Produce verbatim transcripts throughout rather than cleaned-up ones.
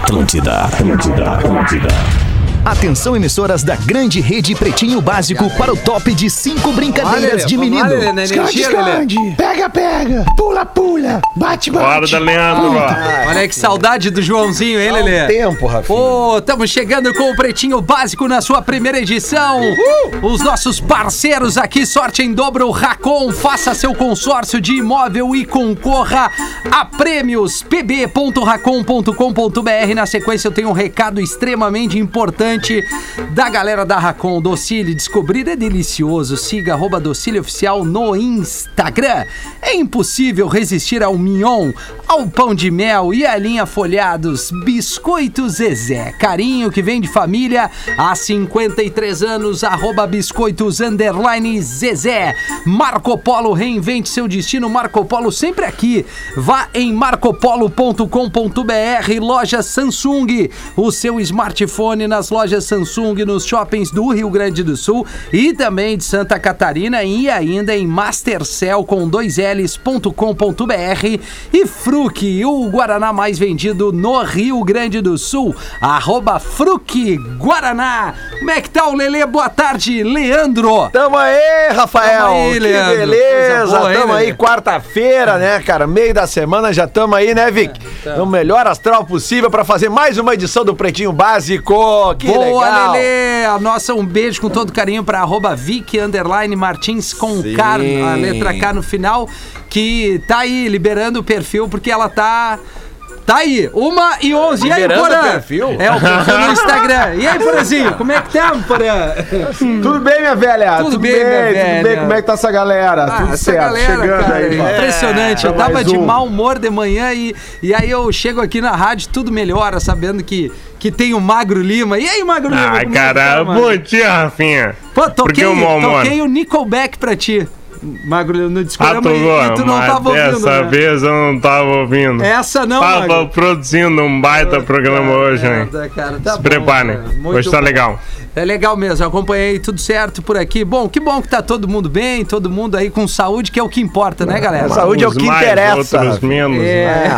Atlântida, Atlântida, Atlântida. Atenção, emissoras da grande rede Pretinho Básico para o top de cinco brincadeiras de menino. Esconde, esconde. Pega, pega. Pula, pula. Bate, bate. Bora da Leandro, ó. Olha que saudade do Joãozinho, hein, Lelê? Há um tempo, Rafinha. Pô, estamos chegando com o Pretinho Básico na sua primeira edição. Uhul. Os nossos parceiros aqui, sorte em dobro, Racon. Faça seu consórcio de imóvel e concorra a prêmios. p b ponto racon ponto com ponto b r. Na sequência eu tenho um recado extremamente importante da galera da Racon. Docile, descobrir é delicioso. Siga arroba Docile Oficial no Instagram. É impossível resistir ao mignon, ao pão de mel e à linha folhados. Biscoitos Zezé, carinho que vem de família há cinquenta e três anos. Arroba biscoitos underline Zezé. Marco Polo, reinvente seu destino. Marco Polo sempre aqui. Vá em marcopolo ponto com ponto b r. Loja Samsung, o seu smartphone nas lojas Samsung, nos shoppings do Rio Grande do Sul e também de Santa Catarina, e ainda em mastercell com dois l's ponto com ponto b r. E Fruc, o Guaraná mais vendido no Rio Grande do Sul, arroba Fruc Guaraná. Como é que tá o Lelê? Boa tarde, Leandro. Tamo aí, Rafael. Tamo aí, que Leandro. beleza. Boa, tamo hein, aí, Lelê? quarta-feira, né, cara? Meio da semana, já tamo aí, né, Vic? É, no melhor astral possível pra fazer mais uma edição do Pretinho Básico. Que Boa, legal. Lelê. A nossa, um beijo com todo carinho pra arroba Vic underline Martins com Sim. K, a letra K no final, que tá aí liberando o perfil porque ela tá... Tá aí, uma e onze. E aí, Liberando Porã? o perfil? É, o perfil no Instagram. E aí, Porãzinho, como é que tá, Porã? Tudo bem, minha velha? Tudo bem, minha velha. Tudo bem? Como é que tá essa galera? Ah, Tudo essa certo. galera, Chegando cara, aí, é impressionante. É, eu tava mais de um. mau humor de manhã e, e aí eu chego aqui na rádio, tudo melhora, sabendo que, que tem o Magro Lima. E aí, Magro Lima? Ai, como é que cara, tá, Magro? bom dia, Rafinha. Pô, Por toquei, que o mau humor? toquei o Nickelback pra ti. Magro, no Ah, discorama tu, e, e tu não mas tava ouvindo, dessa né? vez eu não tava ouvindo. Essa não, Tava Magro. produzindo um baita programa hoje, hein? Merda, cara, tá Se bom, preparem, cara. Muito hoje tá bom. legal. É legal mesmo, eu acompanhei tudo certo por aqui. Bom, que bom que tá todo mundo bem, todo mundo aí com saúde, que é o que importa, né, galera? Saúde é o Uns que mais, interessa. outros menos. É.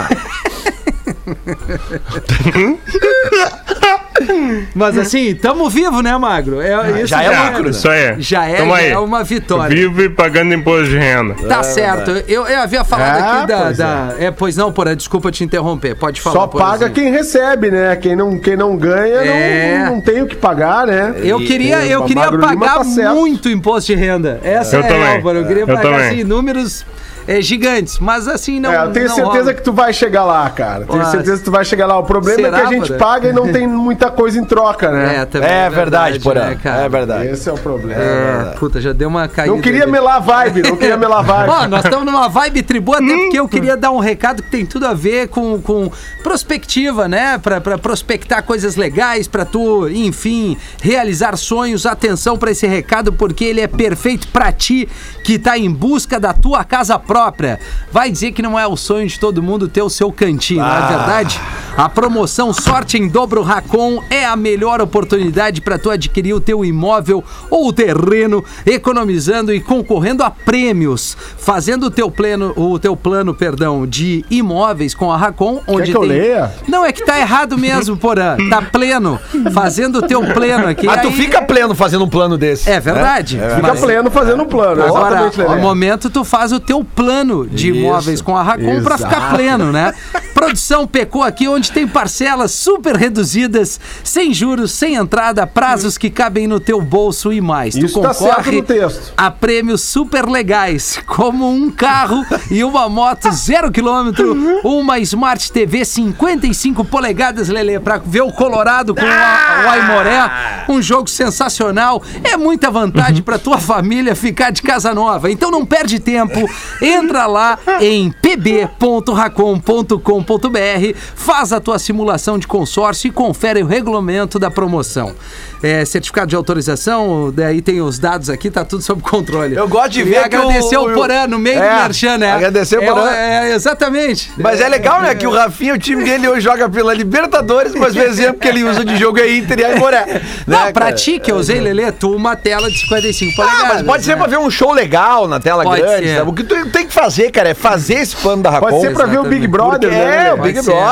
Mas assim, tamo vivo, né, Magro? É, isso já é lucro, né? Isso aí. Já é, Tamo já aí. é uma vitória. Vivo e pagando imposto de renda. Tá certo. Eu, eu havia falado É, aqui da... pois da- é. pois não, Porã, desculpa te interromper. Pode falar, Só Porãzinho. paga quem recebe, né? Quem não, quem não ganha É. não, não tem o que pagar, né? Eu queria, eu o queria Magro Lima pagar tá certo. muito imposto de renda. Essa Eu é também. real, Porã. Eu queria Eu pagar, também. assim, números é, gigantes. Mas assim, não É, eu tenho não certeza rola. que tu vai chegar lá, cara. Tenho Nossa. certeza que tu vai chegar lá. O problema Será, é que a gente Porã? paga e não tem muita coisa em troca, né? É, também É verdade, Porã. né, cara? É verdade. Esse é o problema. É, puta, já deu uma caída. Não queria ali. melar a vibe, não queria melar a vibe. Ó, nós estamos numa vibe tribo, até porque eu queria dar um recado que tem tudo a ver com, com prospectiva, né? Pra, pra prospectar coisas legais, pra tu, enfim, realizar sonhos. Atenção pra esse recado, porque ele é perfeito pra ti que tá em busca da tua casa própria. Vai dizer que não é o sonho de todo mundo ter o seu cantinho, não é verdade? A promoção Sorte em Dobro Racon é a melhor oportunidade para tu adquirir o teu imóvel ou o terreno, economizando e concorrendo a prêmios, fazendo o teu plano, o teu plano, perdão, de imóveis com a Racon, onde que eu tem... leia? Não, é que tá errado mesmo, Porã. Tá pleno, fazendo o teu pleno aqui. Ah, tu Aí- fica pleno fazendo um plano desse. É verdade. É, é Fica Mas- pleno fazendo um plano. Agora, exatamente, no Lelé. momento, tu faz o teu plano de Isso. imóveis com a Racon pra Exato. ficar pleno, né? Produção Pecou aqui, onde tem parcelas super reduzidas, sem juros, sem entrada, prazos que cabem no teu bolso e mais. Tu Isso tá certo no texto. a prêmios super legais, como um carro e uma moto zero quilômetro, uma Smart T V cinquenta e cinco polegadas, Lelê, pra ver o Colorado com a- o Aimoré, um jogo sensacional. É muita vantagem pra tua família ficar de casa nova. Então não perde tempo, entra lá em p b ponto racon ponto com ponto b r, faz a tua simulação de consórcio e confere o regulamento da promoção. É, certificado de autorização, daí tem os dados aqui, tá tudo sob controle. Eu gosto de E ver que agradecer o- o Porã no meio É, do Merchan, né? agradecer o É, Porã. É, exatamente. Mas é legal, né? Que o Rafinha, o time dele hoje joga pela Libertadores, mas o exemplo que ele usa de jogo é Inter e Aimoré. Não, né, pra cara? ti que eu usei, Lelê, tu uma tela de cinquenta e cinco polegadas. Ah, mas pode ser né? pra ver um show legal na tela Pode grande, ser. sabe? O que tu tem que fazer, cara, é fazer esse plano da Racon. Pode ser pra ver o Big Exatamente. Brother, Porque né? é, o Lelé? Big Pode ser. Brother, né? Pra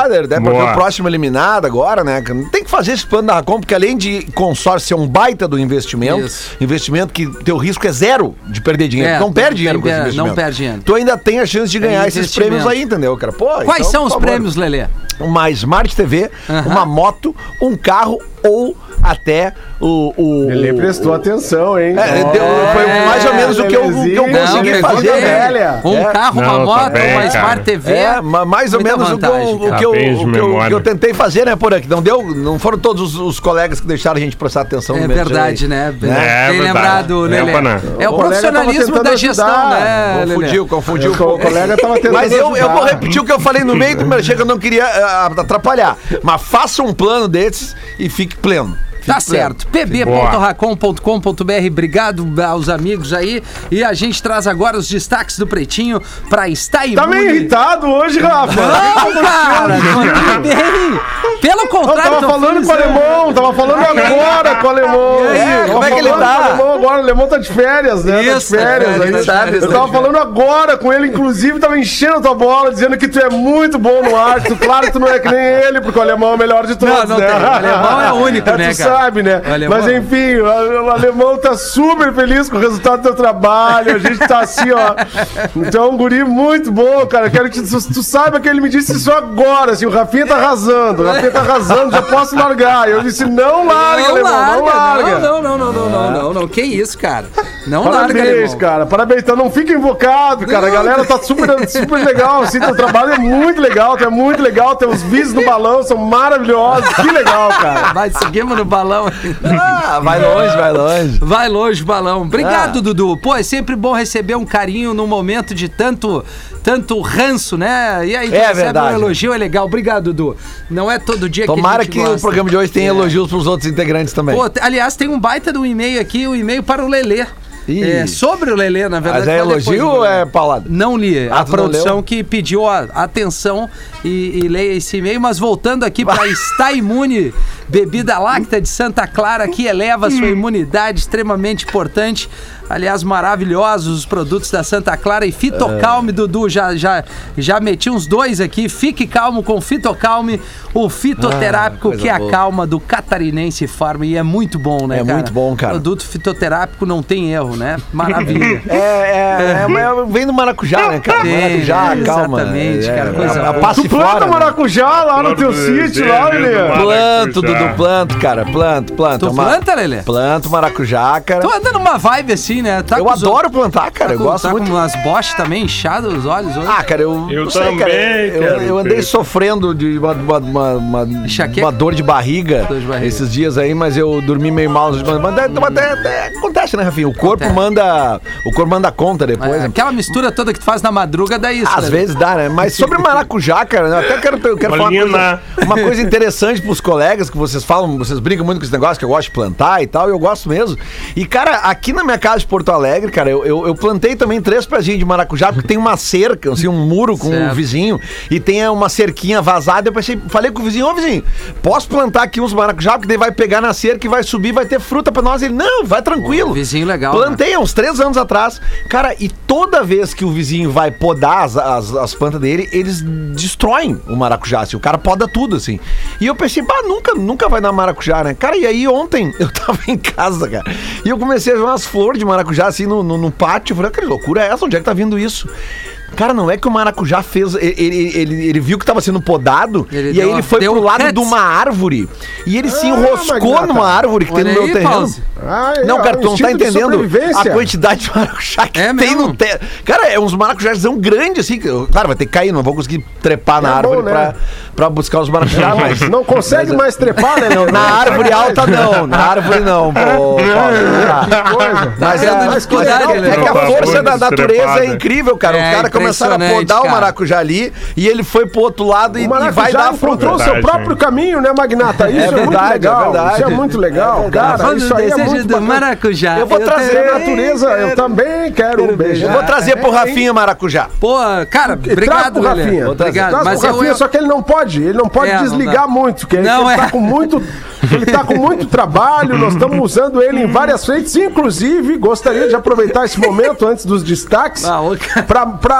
ver Boa. o próximo eliminado agora, né? Tem que fazer esse plano da Racon, porque além de consórcio ser um baita do investimento, Isso. investimento que teu risco é zero de perder dinheiro. É, não perde dinheiro não com esse per- investimento. não perde dinheiro. Tu ainda tem a chance de ganhar esses investimento. prêmios aí, entendeu, cara? Pô, Quais então, são por os favor. prêmios, Lelê? Uma Smart T V, Aham. uma moto, um carro ou até o... o Ele o- prestou o- atenção, hein? É, deu- foi mais ou menos o que eu, o que eu Lelezinho. consegui Não, fazer, pegou né? velha. Um É. carro, uma Não, tá moto, bem, uma cara. Smart T V. É, ma- mais ou Muita menos o que, vantagem, eu, o, cara. que eu, Tá bem de o, que eu, memória. que eu tentei fazer, né, por aqui. Não deu, não foram todos os, os colegas que deixaram a gente prestar atenção É no mesmo verdade, jeito. né? É Bem verdade. lembrado, É, Lelê. Panã. É o O colega profissionalismo tava da tentando gestão, ajudar. né, Lelê? Confundiu, confundiu. O colega tava tentando Mas eu, eu vou ajudar. repetir o que eu falei no meio do meu chega, eu não queria ah, atrapalhar. Mas faça um plano desses e fique pleno. Tá certo. p b ponto racon ponto com ponto b r. Obrigado aos amigos aí. E a gente traz agora os destaques do Pretinho pra estar imune. Tá meio irritado hoje, Rafa. Não, cara, não, bem. Pelo Eu contrário, tava tô falando feliz, com o né? alemão, tava falando agora com o alemão. E aí, Tava como é que ele falando tá? com o alemão agora, o alemão tá de férias, né? Isso, tá de férias. tá de aí. férias, Eu tá tava de falando agora com ele, inclusive, tava enchendo a tua bola, dizendo que tu é muito bom no ar. Tu, claro que tu não é que nem ele, porque o alemão é o melhor de todos, Não, não né? tem. O alemão é único, né, Tu cara? sabe, né? O alemão- Mas enfim, o, o alemão tá super feliz com o resultado do teu trabalho. A gente tá assim, ó. Então, é um guri muito bom, cara. Quero que tu, tu saiba que ele me disse isso agora, assim, o Rafinha tá arrasando, o Rafinha tá arrasando, já posso largar. Eu disse, não larga, Não alemão, larga, não larga. não, não, não, não, não, não, não. Que isso, cara? Não larga, Parabéns, alemão. cara. Parabéns. Então não fica invocado, cara. A galera tá super, super legal. Assim, teu trabalho é muito legal. Tu é muito legal. Teus vídeos no balão são maravilhosos. Que legal, cara. Vai, seguimos no balão. Ah, vai longe, vai longe. Vai longe, balão. Obrigado, Ah. Dudu. Pô, é sempre bom receber um carinho num momento de tanto, tanto ranço, né? E aí, tu É recebe verdade. um elogio, é legal. Obrigado, Dudu. Não é todo dia Tomara que que a gente o gosta. programa de hoje tenha elogios pros outros integrantes também. Pô, te- aliás, tem um baita de um e-mail aqui, um e-mail para o Lelê. Ih. É, sobre o Lelê, na verdade. Mas é mas depois elogio do ou Lelê. é paulada? Não li. Ah, A tu não produção leu? que pediu a atenção e, e leia esse e-mail. Mas voltando aqui para Está Imune, bebida láctea de Santa Clara, que eleva a sua imunidade, extremamente importante. Aliás, maravilhosos os produtos da Santa Clara e Fitocalme, Dudu, já, já, já meti uns dois aqui. Fique calmo com Fitocalme, o fitoterápico Ah, coisa que boa. acalma do Catarinense Farm. E é muito bom, né, É cara? muito bom, cara. Produto fitoterápico não tem erro, né? Maravilha. É, é, é, é, vem do maracujá, né, cara? Tem, Maracujá, né? calma. Exatamente, é, cara, é, coisa a, boa. a passe Tu planta fora, né? maracujá lá no teu Planta sítio, desenho lá, do Lelê. mar. Planto, Maracujá. Dudu, planto, cara. Planto, planto. Tu É uma- planta, Lelê? Planto maracujá, cara. Tô andando uma vibe assim, né? Tá Eu com os adoro plantar, cara. Tá Eu com, gosto tá muito. com umas boches também inchadas os olhos hoje. Ah, cara, eu. Eu não sei, também cara, eu, quero eu andei ter. sofrendo de uma, uma, uma, uma, Enxaqueca? uma dor de barriga, Dor de barriga. esses dias aí, mas eu dormi meio mal. Mas até, até, até acontece, né, Rafinha? O corpo Acontece. manda. O corpo manda conta depois. É, né? aquela mistura toda que tu faz na madruga dá isso. Às né? vezes dá, né? Mas sobre maracujá, cara, eu até quero, eu quero falar uma coisa, Molina. uma coisa interessante pros colegas que vocês falam, vocês brincam muito com esse negócio que eu gosto de plantar e tal, e eu gosto mesmo. E, cara, aqui na minha casa de Porto Alegre, cara, eu, eu, eu plantei também três pezinhos de maracujá, porque tem uma cerca, assim, um muro com Certo. o vizinho, e tem uma cerquinha vazada. Eu pensei, falei com o vizinho, ô vizinho, posso plantar aqui uns maracujá, porque daí vai pegar na cerca e vai subir, vai ter fruta pra nós. Ele, não, vai tranquilo. Pô, vizinho legal, Plantei há uns três anos atrás. Cara, e toda vez que o vizinho vai podar as, as, as plantas dele, eles destroem o maracujá, assim. O cara poda tudo, assim. E eu pensei, bah, nunca, nunca vai dar maracujá, né? Cara, e aí ontem eu tava em casa, cara, e eu comecei a ver umas flores de maracujá, assim, no, no, no pátio. Eu falei, que loucura é essa? Onde é que tá vindo isso? Cara, não é que o maracujá fez. Ele, ele, ele, ele viu que tava sendo podado, Ele e deu aí uma- ele foi deu pro lado cuts. de uma árvore e ele se Ah, enroscou Magnata. numa árvore que tem Olha no meu aí, terreno. Pause. Ai, Não, ó, cara, tu não tá instinto de entendendo a sobrevivência. quantidade de maracujá que É tem mesmo? no terreno. Cara, é uns maracujás grandes, assim. que eu- Claro, vai ter que cair, não vou conseguir trepar na É árvore bom, né? pra, pra buscar os maracujás, mas. Não consegue mais trepar, né? Na árvore alta, não. Na árvore, não, pô. Paulo, tá. Que coisa. Mas, tendo é, mas dificuldade, é, né? é que a Não, força tá da muito natureza estrepada. é incrível, cara. É Os caras começaram a impressionante, podar o cara. maracujá ali e ele foi pro outro lado e, O e vai maracujá dar fruta. encontrou o seu Verdade, próprio hein? caminho, né, Magnata? Isso é, muito verdade, legal. é verdade. Isso é muito legal, É cara. Falando Isso do aí é desejo muito do bacana. maracujá. Eu vou trazer A natureza, eu também quero um beijo. Eu vou trazer pro Rafinha maracujá. Pô, cara, E traz obrigado, pro Lelê. Rafinha. Obrigado. Traz Mas pro eu, Rafinha, eu, só que ele não pode, ele não pode É, não desligar dá. muito, que ele, Não, ele é. tá com muito, ele tá com muito trabalho, nós estamos usando ele em várias frentes, inclusive gostaria de aproveitar esse momento antes dos destaques Ah, ô, cara. pra, pra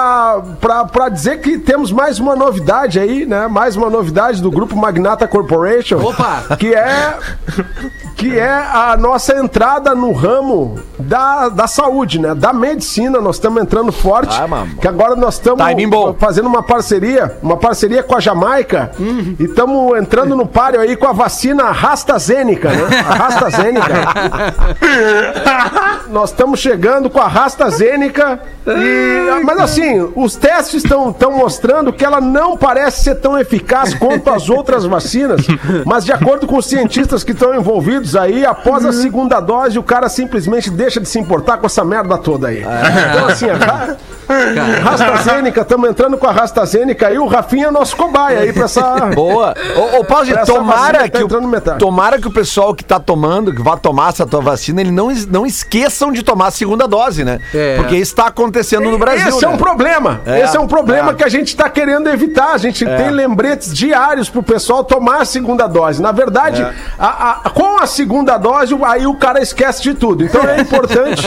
pra, pra, pra dizer que temos mais uma novidade aí, né? Mais uma novidade do Grupo Magnata Corporation. Opa! Que é, que é a nossa entrada no ramo da, da saúde, né? Da medicina. Nós estamos entrando forte. Ah, mano. Que agora nós estamos Timing bom. fazendo uma parceria, uma parceria com a Jamaica. Uhum. E estamos entrando no páreo aí com a vacina AstraZeneca, né? A AstraZeneca. Nós estamos chegando com a AstraZeneca. E, mas assim, os testes estão mostrando que ela não parece ser tão eficaz quanto as outras vacinas. Mas de acordo com os cientistas que estão envolvidos aí, após a segunda dose, o cara simplesmente deixa de se importar com essa merda toda aí. Então assim, a AstraZeneca, estamos entrando com a AstraZeneca aí, o Rafinha é nosso cobaia aí pra essa... Boa. Ô, ô Pause, tomara, tá que o, tomara que o pessoal que tá tomando, que vai tomar essa tua vacina, eles não, não esqueçam de tomar a segunda dose, né? É. Porque isso tá acontecendo no Brasil. Esse né? é um problema. É. Esse é um problema é. que a gente tá querendo evitar. A gente é. tem lembretes diários pro pessoal tomar a segunda dose. Na verdade, é. a, a, com a segunda dose, aí o cara esquece de tudo. Então é importante,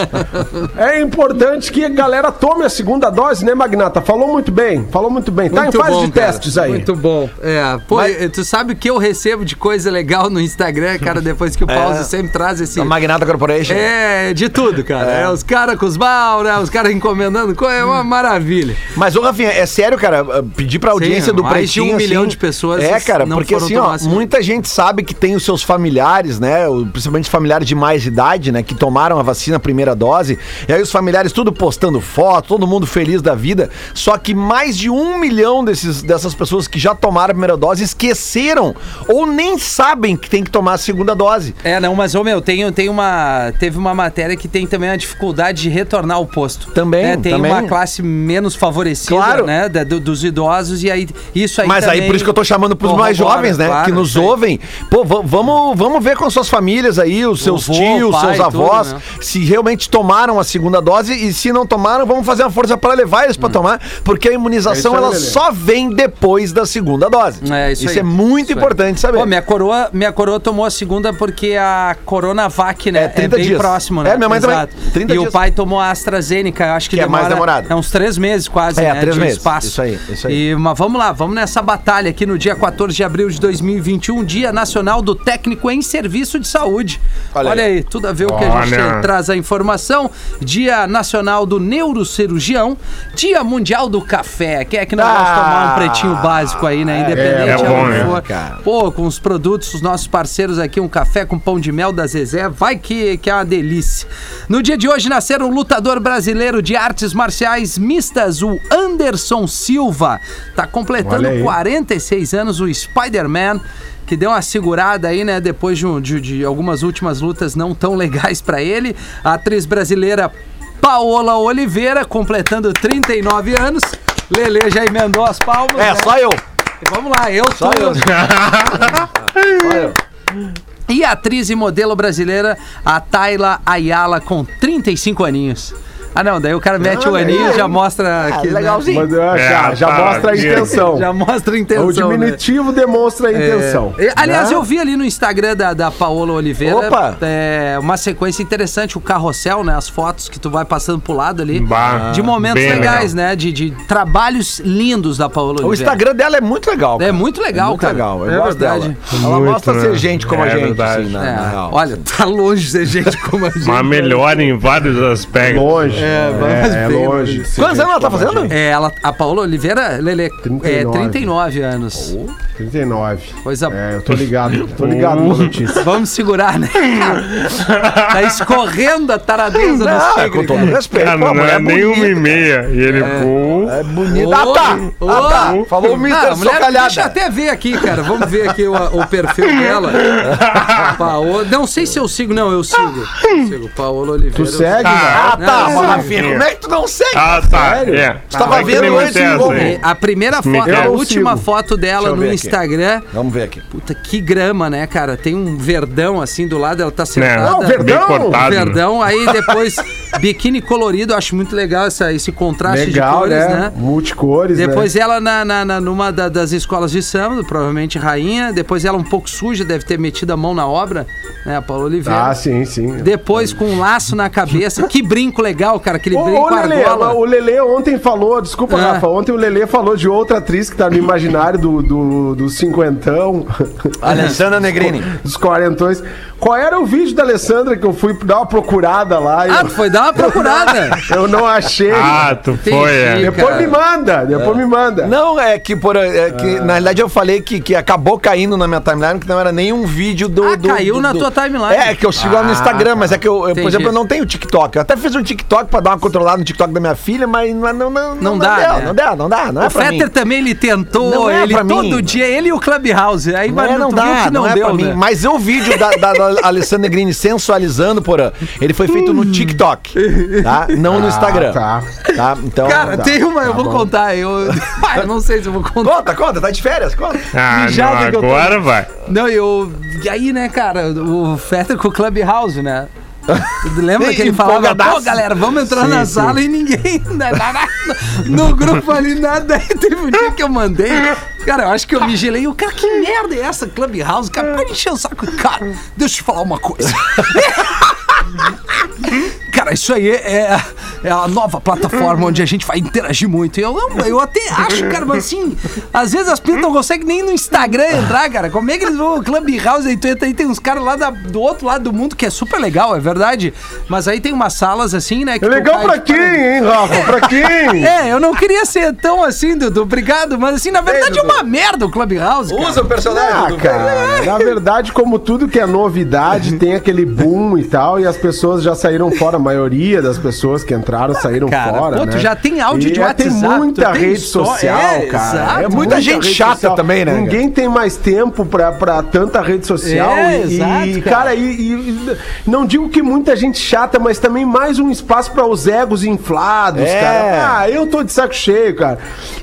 é importante que a galera tome a segunda dose, né, Magnata? Falou muito bem, falou muito bem. Tá muito em fase bom, de cara. testes aí. Muito bom. É, pô, Mas... tu sabe o que eu recebo de coisa legal no Instagram, cara, depois que o Pause é. sempre traz esse... A Magnata Corporation. É, de tudo, cara. É, é os caras com os mal, né? Os caras encomendando, é uma maravilha. Mas, ô, Rafinha, é sério, cara, pedir pra audiência Sim, do mais Pretinho, de um assim, milhão de pessoas é, cara, não porque assim, ó, muita gente sabe que tem os seus familiares, né, principalmente familiares de mais idade, né, que tomaram a vacina a primeira dose, e aí os familiares tudo postando foto, todo mundo feliz da vida, só que mais de um milhão desses, dessas pessoas que já tomaram a primeira dose esqueceram ou nem sabem que tem que tomar a segunda dose. É, não, mas, ô, meu, tem, tem uma, teve uma matéria que tem também a dificuldade de retornar ao posto. Também, né? Tem também. uma classe menos favorecida, claro. né, da, do, dos idosos, e aí isso aí Mas aí por isso que eu tô chamando pros mais jovens, né, claro, que nos ouvem, pô, v- vamos, vamos ver com suas famílias aí, os seus Vovô, tios, pai, seus avós, tudo, né? Se realmente tomaram a segunda dose, e se não tomaram, vamos fazer uma força para levar eles para hum. tomar, porque a imunização, é ela Lelê. só vem depois da segunda dose. É, isso isso aí. é muito isso importante aí. saber. Pô, minha coroa, minha coroa tomou a segunda porque a Coronavac, né, é, trinta é bem dias. próximo, né? É, minha mãe Exato. também. trinta e dias. o pai tomou a AstraZeneca, eu acho que, que demora, é mais demorado. É uns três meses quase, é, né? três de meses. espaço. Isso aí, isso aí. E, mas vamos lá, vamos nessa batalha aqui no dia quatorze de abril de dois mil e vinte e um, Dia Nacional do Técnico em Serviço de Saúde. Olha, Olha aí. aí, tudo a ver o que a gente Olha. traz a informação. Dia Nacional do Neurocirurgião, Dia Mundial do Café. Quem é que não ah, gosta de tomar um pretinho básico aí, né? Independente é, é bom, né? for. Pô, com os produtos, os nossos parceiros aqui, um café com pão de mel da Zezé, vai que, que é uma delícia. No dia de hoje nasceram um lutador brasileiro de artes marciais mistas, o Anderson Silva. Tá completando quarenta e seis anos, o Spider-Man, que deu uma segurada aí, né, depois de, de, de algumas últimas lutas não tão legais pra ele. A atriz brasileira Paola Oliveira, completando trinta e nove anos. Lelê já emendou as palmas. É, né? Só eu. Vamos lá, eu só eu. Só eu. E a atriz e modelo brasileira, a Tayla Ayala, com trinta e cinco aninhos. Ah, não, daí o cara mete o aninho e já mostra... Ah, que, legalzinho. Né? Mas, é, já já tá, mostra a intenção. Já mostra a intenção. O diminutivo né? demonstra a intenção. É. Aliás, né? eu vi ali no Instagram da, da Paola Oliveira Opa. É, uma sequência interessante, o carrossel, né? As fotos que tu vai passando pro lado ali. Bah, de momentos legais, legal. né? De, de trabalhos lindos da Paola Oliveira. O Instagram dela é muito legal. Cara. É muito legal, é muito cara. legal. Eu é gosto verdade. dela. Ela muito, mostra né? ser gente como é a gente. Verdade. Assim, na, é. na real. Olha, tá longe de ser gente como a gente. Mas melhor em vários aspectos. Longe. É, vamos é, é longe. Quantos anos ela tá fazendo? É, ela, a Paola Oliveira, Lelê, trinta e nove. é trinta e nove anos. Oh, trinta e nove. Coisa É, eu tô ligado. Tô ligado na notícia. Vamos segurar, né? Tá escorrendo a taradeza não, nos tigres. Com todo respeito. Cara, pô, não é é nem uma e meia. E ele, é, pô... É bonito. Ah, tá. Oh, ah, tá. Falou o mister ah, mulher, Socalhada. Deixa eu até ver aqui, cara. Vamos ver aqui o, o perfil dela. Paola. Não sei se eu sigo. Não, eu sigo. Eu sigo. Paola Oliveira. Tu segue, Ah, né? tá. Não, Rafinha, como é que tu não segue? Ah, tá. Sério? É. Você tava Ah, vendo antes de envolver. A primeira foto, Eu a não última sigo. foto dela Deixa eu no ver aqui. Instagram. Vamos ver aqui. Puta, que grama, né, cara? Tem um verdão assim do lado, ela tá sentada. Não, verdão! Bem cortado. Verdão, aí depois Biquíni colorido, eu acho muito legal essa, esse contraste Legal, de cores, né? né? Multicores, Depois né? ela na, na, na- numa da- das escolas de samba, provavelmente rainha. Depois ela um pouco suja, deve ter metido a mão na obra, né? A Paula Oliveira. Ah, sim, sim. Depois com um laço na cabeça. Que brinco legal, cara. Aquele Ô, brinco ô, Lelê, argola. o Lelê ontem falou, desculpa, Ah. Rafa, ontem o Lelê falou de outra atriz que tá no imaginário do, do, do cinquentão, Alessandra Negrini. dos quarentões. Qual era o vídeo da Alessandra que eu fui dar uma procurada lá? e Ah, eu, tu foi dar uma procurada. eu não achei. Ah, tu foi, é. Entendi. depois cara. me manda, depois me manda. Não, é que, por, é que na realidade eu falei que, que acabou caindo na minha timeline, que não era nenhum vídeo do. Ah, do- caiu do- na do- tua timeline. É, que eu sigo lá no Ah, Instagram, mas é que eu, eu, por Entendi. exemplo, eu não tenho TikTok. Eu até fiz um TikTok pra dar uma controlada no TikTok da minha filha, mas não, não, não, Não dá, deu, né? não dá, não dá, não é O pra Fetter mim. também, ele tentou, Não é ele pra mim. todo dia, ele e o Clubhouse. Aí Não, mas é, não tu viu dá, que não, é deu, pra mim. né? Mas o vídeo da, da, da Alessandra Negrini sensualizando, porã, ele foi feito no TikTok, tá? Não no Instagram. tá. Tá? Então. Cara, tá. tem uma, eu vou contar. Eu, Ah, eu não sei se eu vou contar. Conta, conta, tá de férias, conta. Ah, Mijada não, que eu tô- agora vai. Não, eu. E aí, né, cara, o Fetter com o Clubhouse, né? Tu lembra que ele falava, pô, Empolgadaço. galera, vamos entrar Sim, na sim. sala e ninguém. na- na- na- No grupo ali, nada. Aí teve um dia que eu mandei. Cara, eu acho que eu me gelei. O cara, que merda é essa, Clubhouse? Cara, para de encher o saco. Cara, deixa eu te falar uma coisa. Cara, isso aí é, é a nova plataforma onde a gente vai interagir muito. Eu, eu, eu até acho, cara, mas assim, às vezes as pintas não conseguem nem no Instagram entrar, cara. Como é que eles vão? Clubhouse, aí tu entra aí, tem uns caras lá da- do outro lado do mundo que é super legal, é verdade. Mas aí tem umas salas assim, né? que É tu legal cai pra de quem, paraquedas. hein, Rafa? Pra quem? É, eu não queria ser tão assim, Dudu, obrigado, mas assim, na verdade é uma merda o Clubhouse, cara. Usa o personagem. Ah, do- cara, na verdade, como tudo que é novidade, tem aquele boom e tal, e as pessoas já saíram fora, a maioria das pessoas que entraram saíram Cara, fora, pô, tu né? já tem áudio E de é, WhatsApp, tem muita tu tem rede só- social, é, cara. exato. É Muita gente rede chata social. também, né, Ninguém tem mais tempo pra, pra tanta rede social. É, e, exato, e, cara. cara, e, e- não digo que muita gente chata, mas também mais um espaço pra os egos inflados, É. cara. Ah, eu tô de saco cheio, cara.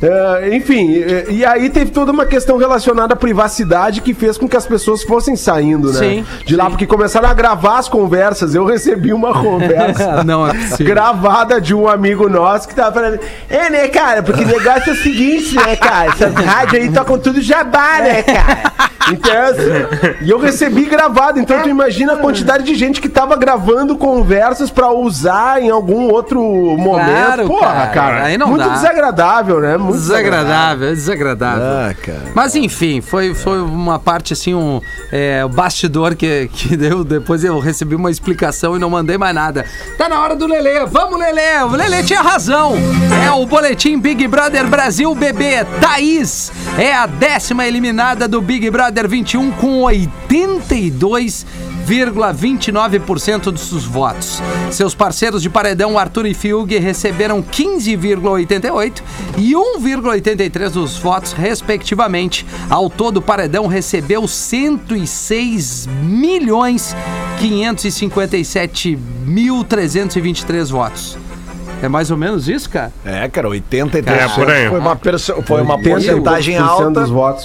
É, enfim, e, e aí teve toda uma questão relacionada à privacidade que fez com que as pessoas fossem saindo, né? Sim, de lá, sim. porque começaram a gravar as conversas. Eu recebi uma conversa Não é possível. gravada de um amigo nosso que tava falando: é, né, cara? Porque o negócio é o seguinte, né, cara? Essas rádios aí tocam tudo jabá, né, cara? Então, assim, e eu recebi gravado. Então, tu imagina a quantidade de gente que tava gravando conversas pra usar em algum outro momento. Claro, Porra, cara. cara. Aí não muito dá. desagradável, né? Muito Desagradável, desagradável. Ah, cara. Mas enfim, foi, foi uma parte assim, um é, o bastidor que, que deu. Depois eu recebi uma explicação e não mandei mais nada. Tá na hora do Lelê. Vamos, Lelê! O Lelê tinha razão. É o boletim Big Brother Brasil Bebê. Thaís é a décima eliminada do Big Brother vinte e um com oitenta e dois vírgula vinte e nove por cento dos votos. Seus parceiros de paredão, Arthur e Fiuk, receberam quinze vírgula oitenta e oito e um vírgula oitenta e três dos votos, respectivamente. Ao todo, o paredão recebeu cento e seis milhões quinhentos e cinquenta e sete mil trezentos e vinte e três votos. É mais ou menos isso, cara? É, cara, oitenta e três É, por aí. Foi uma, perso- foi uma oitenta e dois por cento porcentagem alta. dos votos.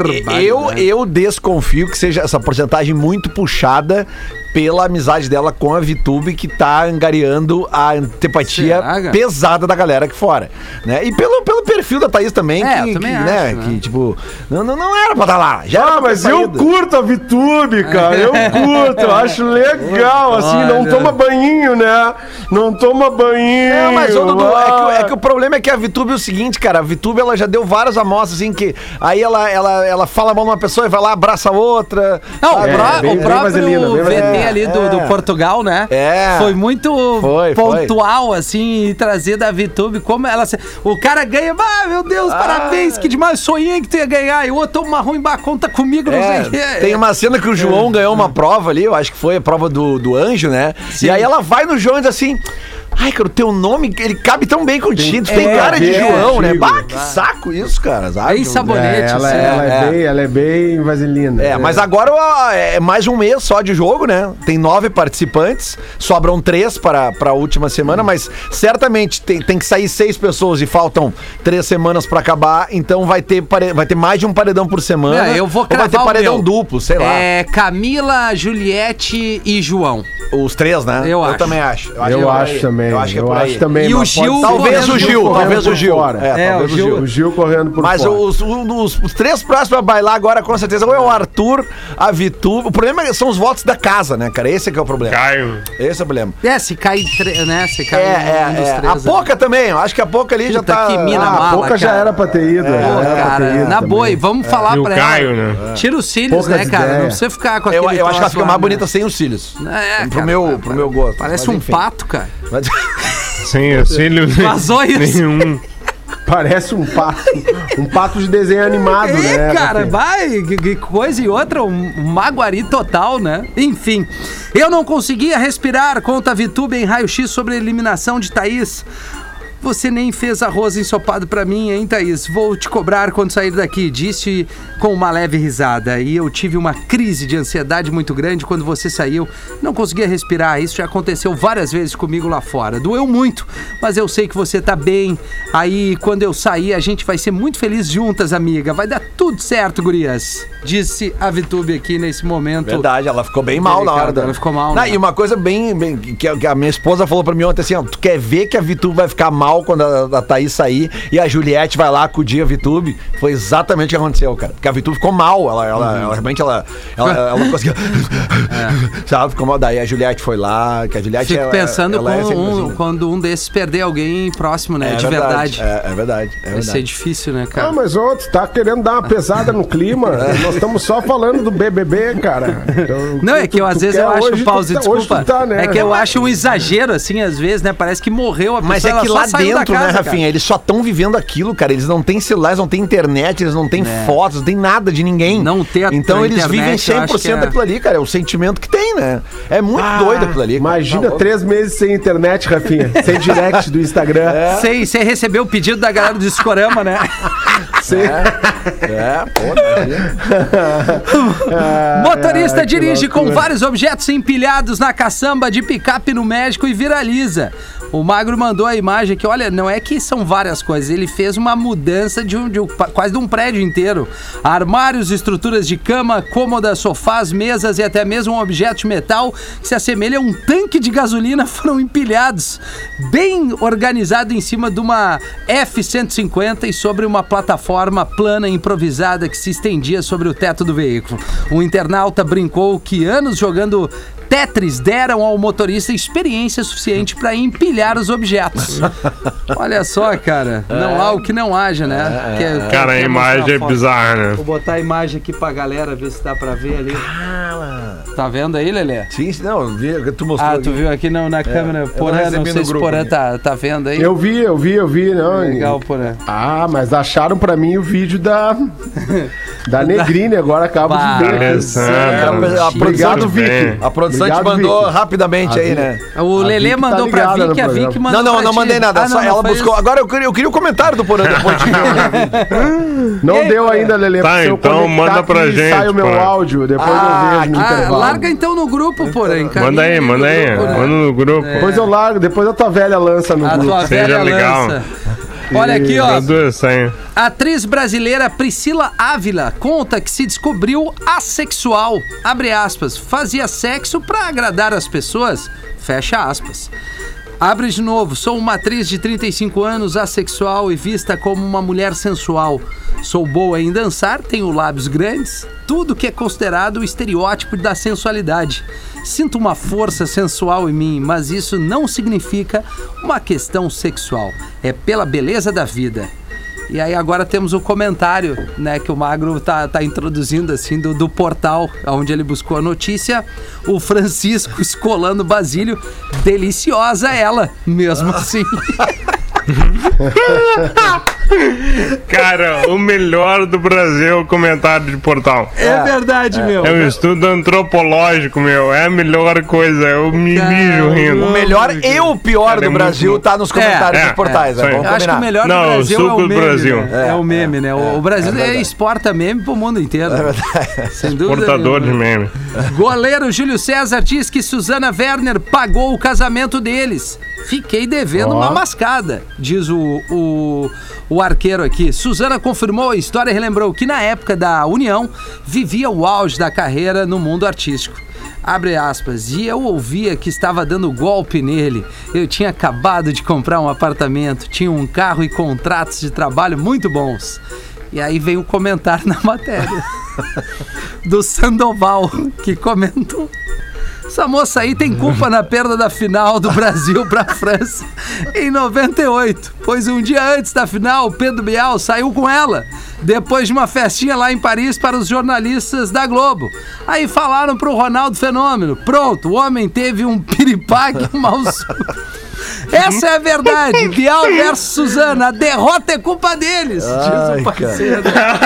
Eu, eu desconfio que seja essa porcentagem muito puxada pela amizade dela com a VTube, que tá angariando a antipatia Será, cara? pesada da galera aqui fora, né? E pelo, pelo perfil da Thaís também, É, que, eu também que, acho, né, né? que tipo, não, não, não era pra estar lá, já era Ah, pra ter mas eu saído. curto a VTube, cara. Eu curto, eu acho legal. Assim, não Olha. toma banho, né? Não toma banho. Não, mas, ô, Dudu, é que, o- é ah. que o problema é que a VTube é o seguinte, cara, a VTube, ela já deu várias amostras, assim, que aí ela, ela, ela fala mal numa pessoa e vai lá, abraça a outra. Não, sabe? o, pró- É, bem- o bem próprio vaselina, bem V T vaselina. ali do, É. do Portugal, né? É. Foi muito Foi, pontual, assim, e trazer da VTube como ela... se- O cara ganha, ah, meu Deus, parabéns, que demais, sonhei que tu ia ganhar. E o outro toma ruim, bah, conta comigo, não sei É, o quê. tem uma cena que o João ganhou uma prova ali, eu acho que foi a prova do, do anjo, né? Sim. E aí ela vai no João e diz assim: Ai, cara, o teu nome, ele cabe tão bem contigo. Tu Tem- tem é, cara de é, João, né? antigo. Bah, que saco isso, cara. Sabe? Bem sabonete, É, ela, assim. ela, é é. Bem, ela é bem vaselina. É, mas agora ó, é mais um mês só de jogo, né? Tem nove participantes, sobram três para, para a última semana, mas certamente tem, tem que sair seis pessoas e faltam três semanas para acabar, então vai ter, pare- vai ter mais de um paredão por semana. É, eu vou ou vai cravar ter o paredão meu. duplo, sei lá. É Camila, Juliette e João. Os três, né? Eu acho. também acho. Eu que é por acho aí. também. Eu acho que é por aí. também. E o mas Gil pode- Talvez correndo o Gil, correndo talvez o por Gil. fora. É, É, talvez o o Gil- Gil. O Gil correndo por Mas fora. os, os, os três próximos pra bailar agora, com certeza, ou é o Arthur, a Vitu. O problema é- são os votos da casa, né, cara? Esse é que é o problema. Caio. Esse é o problema. É, se cai, tre- né? Se cai É, um dos é, é. três. A Poca também, eu acho que a Poca ali já Puta, tá. que mina Ah, mala, A Pouca já cara. era pra ter ido. já Pô, era pra cara, ter ido na também. boa, e vamos falar E o pra Caio, ela. né? Tira os cílios, Poucas né, cara? ideias. Não precisa ficar com Eu, aquele eu acho que ela troço fica lá, mais né? bonita sem os cílios. É, pro, cara, meu, pro meu gosto. Parece Mas, um enfim. pato, cara. Mas- Sem auxílio Vazou isso. nenhum. Parece um pato. Um pato de desenho animado, É, né? cara, Rafinha? vai, que, que coisa e outra, um, um maguari total, né? Enfim, eu não conseguia respirar, conta a Vitube em raio-x sobre a eliminação de Thaís. Você nem fez arroz ensopado pra mim, hein, Thaís? Vou te cobrar quando sair daqui, disse com uma leve risada. E eu tive uma crise de ansiedade muito grande quando você saiu. Não conseguia respirar, isso já aconteceu várias vezes comigo lá fora. Doeu muito, mas eu sei que você tá bem. Aí, quando eu sair, a gente vai ser muito feliz juntas, amiga. Vai dar tudo certo, gurias. Disse a Vitube aqui nesse momento. Verdade, ela ficou bem mal na hora. Da... Ela ficou mal, Não, né? E uma coisa bem, bem que, a, que a minha esposa falou pra mim ontem assim, ó, tu quer ver que a Vitube vai ficar mal quando a, a Thaís sair e a Juliette vai lá acudir a Vitube? Foi exatamente o que aconteceu, cara. Porque a Vitube ficou mal, ela, ela, Uhum. ela realmente, ela, ela, ela não conseguia... É. Sabe, ficou mal. Daí a Juliette foi lá, que a Juliette... Fico ela- pensando ela é com sempre um- assim. quando um desses perder alguém próximo, né? É de verdade. É, é verdade, é Vai ser verdade. difícil, né, cara? Ah, mas ô, tu tá querendo dar uma pesada no clima. Nós estamos só falando do B B B, cara. Então, Não, é que eu, tu- às tu vezes quer eu acho, hoje, tu pause, tá- hoje desculpa. tu tá, né? É que eu acho um exagero, assim, às vezes, né? Parece que morreu a pessoa. Mas é ela que só lá saiu da dentro, casa, né, cara. Rafinha, eles só estão vivendo aquilo, cara. Eles não têm celulares, não têm internet, eles não têm fotos, não tem nada de ninguém. Não ter a- Então a eles internet, vivem eu cem por acho que cento é- daquilo ali, cara. É o sentimento que tem, né? É muito doido aquilo ali. cara. Imagina Tá louco. três meses sem internet, Rafinha. Sem direct do Instagram. Sem, sem receber o pedido da galera do Discorama, né? Sem... É, pô, imagina. Motorista ai, que dirige com loucura. vários objetos empilhados na caçamba de picape no México e viraliza. O Magro mandou a imagem que, olha, não é que são várias coisas, ele fez uma mudança de, um, de um- quase de um prédio inteiro. Armários, estruturas de cama, cômodas, sofás, mesas e até mesmo um objeto de metal que se assemelha a um tanque de gasolina foram empilhados, bem organizado em cima de uma F cento e cinquenta e sobre uma plataforma plana improvisada que se estendia sobre o teto do veículo. O internauta brincou que anos jogando Tetris deram ao motorista experiência suficiente para empilhar os objetos. Olha só, cara. Não há o que não haja, né? Quer- Cara, a quer imagem mostrar é a foto? bizarra, né? Vou botar a imagem aqui pra galera ver se dá pra ver ali. Tá vendo aí, Lelê? Sim, não, eu vi, tu mostrou. Ah, tu aqui. viu aqui não, na câmera. eu Porã, recebi não no sei se o grupo Porã aqui. tá, tá vendo aí. Eu vi, eu vi, eu vi. Não, Legal, Porã. Ah, mas acharam pra mim o vídeo da da Negrine, agora acabo Bah, de ver. Interessante. É, a, a produção, Obrigado, Vicky. a produção Obrigado, te mandou Vicky. rapidamente A aí, Vicky. né? O A Lelê Vicky tá mandou pra ligada Vicky, no a Vicky programa. mandou Não, não, pra não ti. mandei nada. Ah, só não, não ela foi buscou. isso. Agora eu queria, eu queria o comentário do Porã depois de ver o vídeo. Não E aí, deu Porã? ainda, Lelê. Tá, Se eu então conectar manda pra aqui, gente, sai o meu Porã. áudio, depois Ah, eu vejo no Ah, intervalo. larga então no grupo, Porã. encaminha Manda aí, no manda aí. grupo, né? Manda no grupo. Depois eu largo, depois a tua velha lança no A grupo. tua Seja velha legal. lança. Olha aqui, ó. Produz isso aí. A atriz brasileira Priscila Ávila conta que se descobriu assexual. Abre aspas. Fazia sexo pra agradar as pessoas. Fecha aspas. Abre de novo. Sou uma atriz de trinta e cinco anos, assexual e vista como uma mulher sensual. Sou boa em dançar, tenho lábios grandes, tudo que é considerado o estereótipo da sensualidade. Sinto uma força sensual em mim, mas isso não significa uma questão sexual. É pela beleza da vida. E aí agora temos o comentário, né, que o Magro tá, tá introduzindo, assim, do, do portal onde ele buscou a notícia. O Francisco Escolano Basílio, deliciosa ela, mesmo assim. Cara, o melhor do Brasil é o comentário de portal. É verdade, meu. É um estudo antropológico, meu. É a melhor coisa. Eu me Cara, mijo rindo. O melhor e o pior Cara, é do Brasil muito tá nos comentários É, dos portais, é, né? isso aí. Vamos Eu acho que o combinar. melhor Não, do Brasil o é o suco do meme, Brasil. né? É, o meme, né? O, o Brasil é verdade. exporta meme pro mundo inteiro. Sem dúvida Portador de nenhuma. meme. Goleiro Júlio César diz que Suzana Werner pagou o casamento deles. Fiquei devendo Ó. uma mascada, diz o, o, o arqueiro aqui. Suzana confirmou a história e relembrou que na época da união vivia o auge da carreira no mundo artístico. Abre aspas, e eu ouvia que estava dando golpe nele. Eu tinha acabado de comprar um apartamento, tinha um carro e contratos de trabalho muito bons. E aí vem o comentário na matéria do Sandoval, que comentou: essa moça aí tem culpa na perda da final do Brasil pra França em noventa e oito, pois um dia antes da final, Pedro Bial saiu com ela, depois de uma festinha lá em Paris para os jornalistas da Globo. Aí falaram pro Ronaldo Fenômeno, pronto, o homem teve um piripaque, um mal súbito. Essa é a verdade, Bial versus Suzana, a derrota é culpa deles, Ai, diz o parceiro.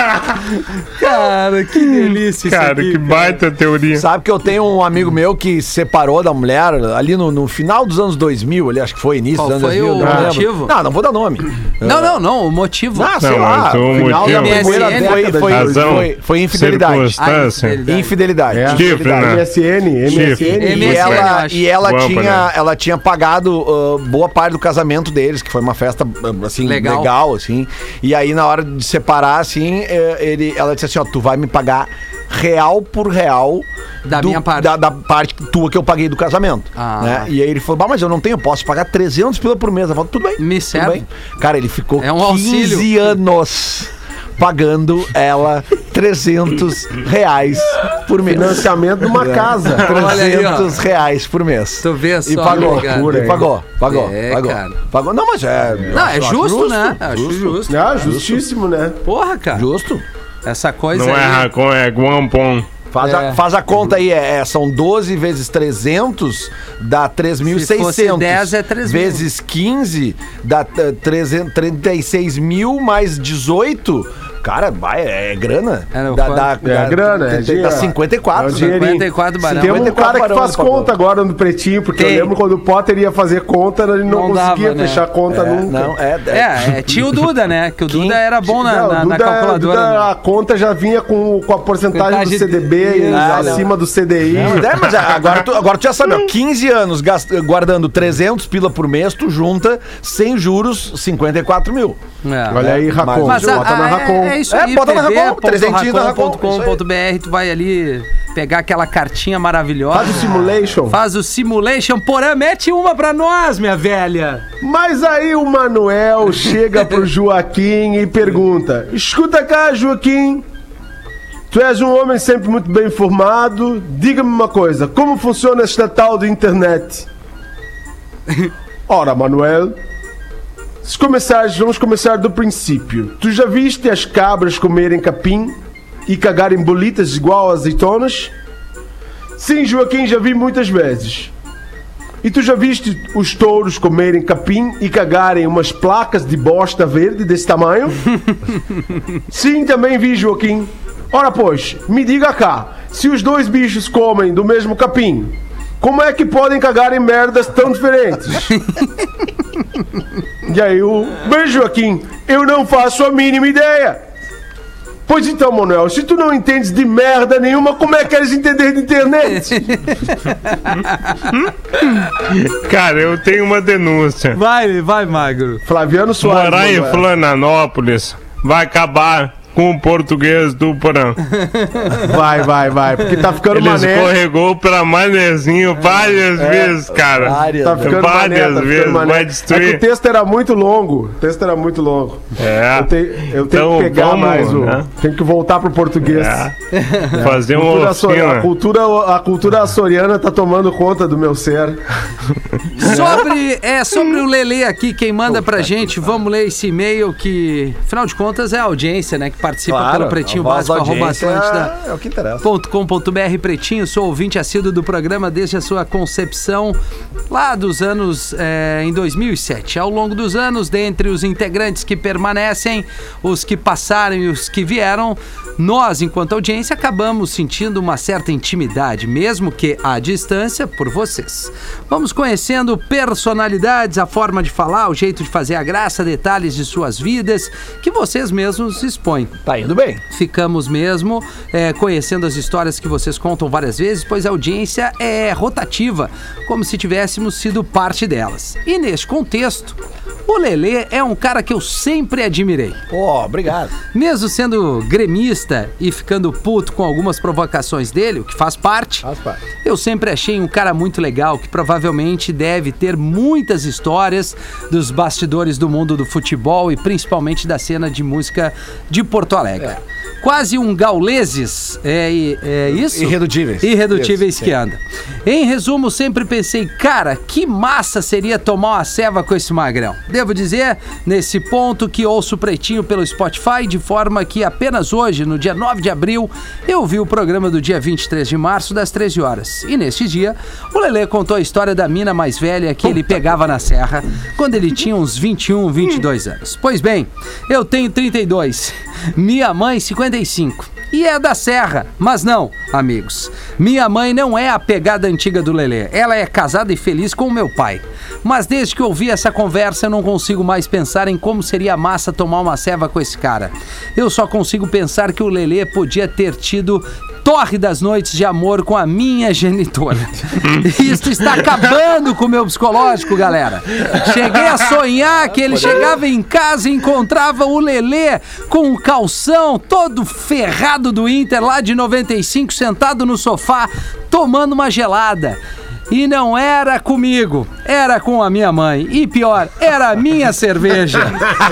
Cara, que delícia isso Cara, aqui, que baita teoria. Sabe que eu tenho um amigo meu que se separou da mulher ali no, no final dos anos dois mil, ali, acho que foi início Qual dos anos foi dois mil. o não lembro. motivo? Não, não vou dar nome. Não, não, não, o motivo... Ah, sei Não, lá. mas o Final da motivo- primeira M S N, década foi, razão, foi, foi infidelidade. circunstância. Ah, infidelidade. Infidelidade. É. Chifre, né? M S N, M S N. Chifre. E M S N, eu ela, acho. e ela Guampa, tinha, né? ela tinha pagado uh, boa parte do casamento deles, que foi uma festa uh, assim Legal. legal. assim. E aí na hora de separar assim, eh, ele, ela disse assim, ó, tu vai me pagar real por real Da do- minha parte. da, da parte tua que eu paguei do casamento, Ah. né? E aí ele falou, bah, mas eu não tenho, eu posso pagar trezentos pila por mês. Eu falei, tudo bem. Me tudo serve. bem. Cara, ele ficou É um quinze auxílio. anos pagando ela trezentos reais por mês. Financiamento de uma casa. Olha aí, ó. trezentos reais por mês. Tu vê só, E pagou, né, cara? e pagou, pagou, É, pagou. cara. Pagou. Não, mas é. Não, é eu acho justo, né? Acho justo. Ah, justíssimo, né? Porra, cara. Justo. Essa coisa Não é aí... racon, é guampom. Faz, É. a, faz a conta aí, é, é, são doze vezes trezentos, dá três mil e seiscentos. Se fosse dez, é três mil. Vezes quinze, dá eh, trezentos, trinta e seis mil mais dezoito. Cara, vai, é, é grana. Era o dá, quanto? dá, É dá- grana, é dá dinheiro. cinquenta e quatro. É um né? dinheirinho. cinquenta e quatro barão. Tem um cinquenta e quatro cara que faz barão ele conta agora no Pretinho, porque Tem. eu lembro quando o Potter ia fazer conta, ele não, Não dava, conseguia né? fechar conta É, nunca. não, é, é, É, é, tinha o Duda, né? Que o Duda era bom na, Não, na, na Duda- calculadora. Duda, né? a conta já vinha com, com a porcentagem do Porcentagem C D B de- Ah, não. acima do C D I. É, mas agora tu, agora tu já sabe, ó, quinze anos gast- guardando trezentos pila por mês, tu junta, sem juros, cinquenta e quatro mil. É. Olha aí, Racon. Mas a, bota na a, Racon. é, é isso É, aí, bota na Racon, trezentinho da Racon, ponto com ponto b r, tu vai ali pegar aquela cartinha maravilhosa. Faz o simulation. Faz o simulation. Porã, mete uma pra nós, minha velha. Mas aí o Manuel chega pro Joaquim e pergunta: escuta cá, Joaquim. Tu és um homem sempre muito bem informado. Diga-me uma coisa: como funciona esta tal de internet? Ora, Manuel, se começares, vamos começar do princípio. Tu já viste as cabras comerem capim e cagarem bolitas igual azeitonas? Sim, Joaquim, já vi muitas vezes. E tu já viste os touros comerem capim e cagarem umas placas de bosta verde desse tamanho? Sim, também vi, Joaquim. Ora pois, me diga cá, se os dois bichos comem do mesmo capim, como é que podem cagar em merdas tão diferentes? E aí o... Bem, Joaquim, eu não faço a mínima ideia. Pois então, Manuel, se tu não entendes de merda nenhuma, como é que queres entender de internet? Cara, eu tenho uma denúncia. Vai, vai, Magro. Flaviano Soares. Morar em Manuel. Florianópolis vai acabar com o português do Porã. Vai, vai, vai, porque tá ficando Ele mané. escorregou pra manezinho várias vezes, cara. várias, Tá ficando mané, várias tá ficando vezes, mané. vai É que destruir. o texto era muito longo. O texto era muito longo. É. Eu, te- eu tenho Então, que pegar vamos, mais o... né? Tenho que voltar pro português. É. Fazer A uma cultura, açoriana, a, oficina. cultura, a cultura açoriana tá tomando conta do meu ser. Sobre, é, sobre o Lelê aqui, quem manda pra gente, vamos ler esse e-mail que, afinal de contas, é a audiência, né, que participa Claro, pelo pretinho a voz básico, da arroba audiência atlântida. é o que interessa. ponto com ponto b r. Pretinho, sou ouvinte assíduo do programa desde a sua concepção lá dos anos é, em dois mil e sete. Ao longo dos anos, dentre os integrantes que permanecem, os que passaram e os que vieram, nós, enquanto audiência, acabamos sentindo uma certa intimidade, mesmo que à distância, por vocês. Vamos conhecendo personalidades, a forma de falar, o jeito de fazer a graça, detalhes de suas vidas, que vocês mesmos expõem. Tá indo bem. Ficamos mesmo é, conhecendo as histórias que vocês contam várias vezes, pois a audiência é rotativa, como se tivéssemos sido parte delas. E neste contexto, o Lelê é um cara que eu sempre admirei. Pô, obrigado. Mesmo sendo gremista e ficando puto com algumas provocações dele, o que faz parte, Faz parte. eu sempre achei um cara muito legal, que provavelmente deve ter muitas histórias dos bastidores do mundo do futebol e principalmente da cena de música de Porto Alegre. É. Quase um Gauleses, é, é isso? Irredutíveis. Irredutíveis Isso, que sim. anda. Em resumo, sempre pensei, cara, que massa seria tomar uma ceva com esse magrão. Devo dizer, nesse ponto, que ouço o Pretinho pelo Spotify, de forma que apenas hoje, no dia nove de abril, eu vi o programa do dia vinte e três de março, das treze horas. E neste dia, o Lelê contou a história da mina mais velha que ele pegava na serra, quando ele tinha uns vinte e um, vinte e dois anos. Pois bem, eu tenho trinta e dois, minha mãe cinquenta e cinco. E é da Serra, mas não, amigos. Minha mãe não é a pegada antiga do Lelê. Ela é casada e feliz com o meu pai. Mas desde que eu ouvi essa conversa, eu não consigo mais pensar em como seria massa tomar uma ceva com esse cara. Eu só consigo pensar que o Lelê podia ter tido tórridas noites de amor com a minha genitora. Isso está acabando com o meu psicológico, galera. Cheguei a sonhar que ele chegava em casa e encontrava o Lelê com um calção todo ferrado do Inter lá de noventa e cinco, sentado no sofá, tomando uma gelada. E não era comigo, era com a minha mãe. E pior, era a minha cerveja.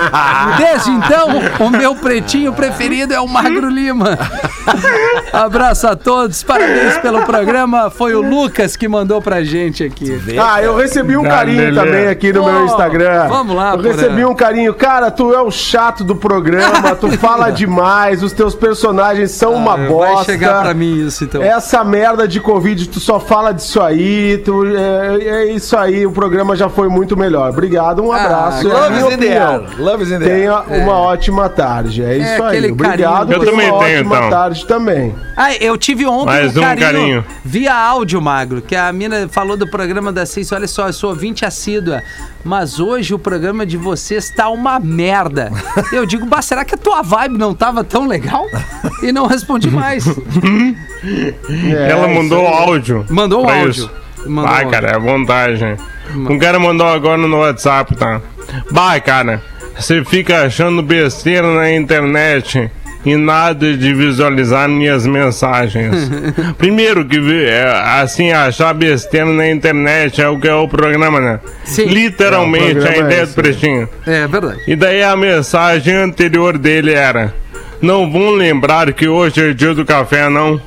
Desde então, o meu pretinho preferido é o Magro Lima. Abraço a todos, parabéns pelo programa. Foi o Lucas que mandou pra gente aqui. Ah, eu recebi um Dá, carinho Lelê. também aqui no Oh, meu Instagram. vamos lá, Eu recebi Porã. um carinho. Cara, tu é o chato do programa, tu fala demais, os teus personagens são uma bosta. Vai chegar pra mim isso, então. Essa merda de Covid, tu só fala disso aí, tu, é, é isso aí, o programa já foi muito melhor. Obrigado, um abraço. Ah, É a Love minha is in the opinião. air. Love is in the air. Tenha uma ótima tarde. É isso aí. aquele Obrigado, carinho. Eu tenha também uma tenho, ótima então. tarde também. Ah, eu tive ontem Mais um um carinho, carinho. via áudio, Magro, que a mina falou do programa da seis. Olha só, eu sou ouvinte assídua, mas hoje o programa de vocês tá uma merda. Eu digo, bah, será que a tua vibe não tava tão legal? E não respondi mais. É, Ela isso mandou aí. áudio. Mandou o pra áudio. isso. Mandou Vai, áudio. cara, é vontade. Um cara mandou agora no WhatsApp, tá? Vai, cara, você fica achando besteira na internet e nada de visualizar minhas mensagens. Primeiro que vi- é, assim, achar besteira na internet é o que é o programa, né? Sim. Literalmente, É, o programa a ideia é do esse. Pretinho. É verdade. E daí a mensagem anterior dele era: não vão lembrar que hoje é dia do café, não?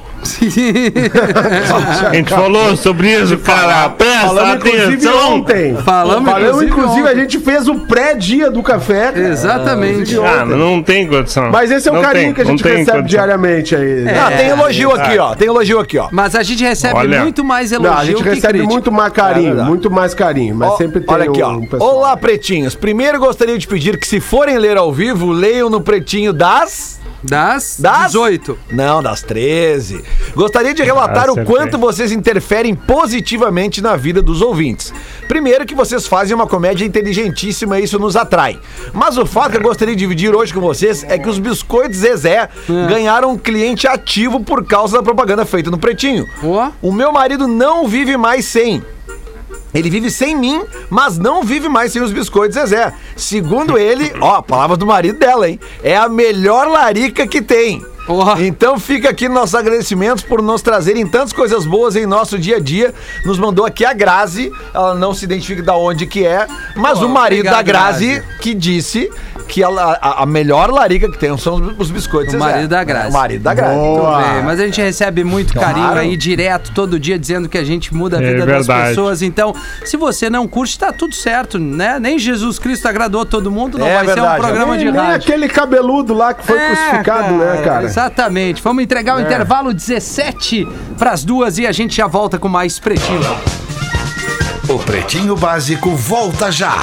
A gente falou sobre isso, cara. Presta Falamos inclusive atenção. ontem. Falamos, Falamos inclusive, inclusive, a ontem. gente fez o pré-dia do café. cara. Exatamente. Inclusive, Ah, ontem. não tem condição. Mas esse é o Não carinho tem, que a não gente tem recebe condição. diariamente aí. É. Ah, tem elogio aqui, ó. Tem elogio aqui, ó. Mas a gente recebe Olha. muito mais elogio Não, a gente que recebe crítica. muito mais É carinho, verdade. muito mais carinho, mas Ó, sempre tem olha aqui, ó. um pessoal. Olá, pretinhos. Primeiro gostaria de pedir que, se forem ler ao vivo, leiam no pretinho das... Das, Das dezoito. Não, das treze. Gostaria de relatar Ah, o acertei. quanto vocês interferem positivamente na vida dos ouvintes. Primeiro que vocês fazem uma comédia inteligentíssima e isso nos atrai. Mas o fato que eu gostaria de dividir hoje com vocês é que os biscoitos Zezé ganharam um cliente ativo por causa da propaganda feita no Pretinho. Ó. O meu marido não vive mais sem. Ele vive sem mim, mas não vive mais sem os biscoitos Zezé. Segundo ele, ó, palavras do marido dela, hein? É a melhor larica que tem. Porra. Então fica aqui nossos agradecimentos por nos trazerem tantas coisas boas em nosso dia a dia. Nos mandou aqui a Grazi, ela não se identifica de onde que é, mas Pô, o marido obrigado, da Grazi, Grazi. que disse que a, a, a melhor larica que tem são os, os biscoitos. O Zezé. marido da Grazi. É, o marido da Grazi. Boa. Muito bem, mas a gente recebe muito Claro. carinho aí direto, todo dia, dizendo que a gente muda a É vida das verdade. pessoas. Então, se você não curte, tá tudo certo, né? Nem Jesus Cristo agradou todo mundo, não É vai ser verdade, um programa Nem, de nem rádio. aquele cabeludo lá que foi É, crucificado, né, cara? Exatamente. Vamos entregar o É. intervalo dezessete para as duas e a gente já volta com mais Pretinho. O Pretinho Básico volta já.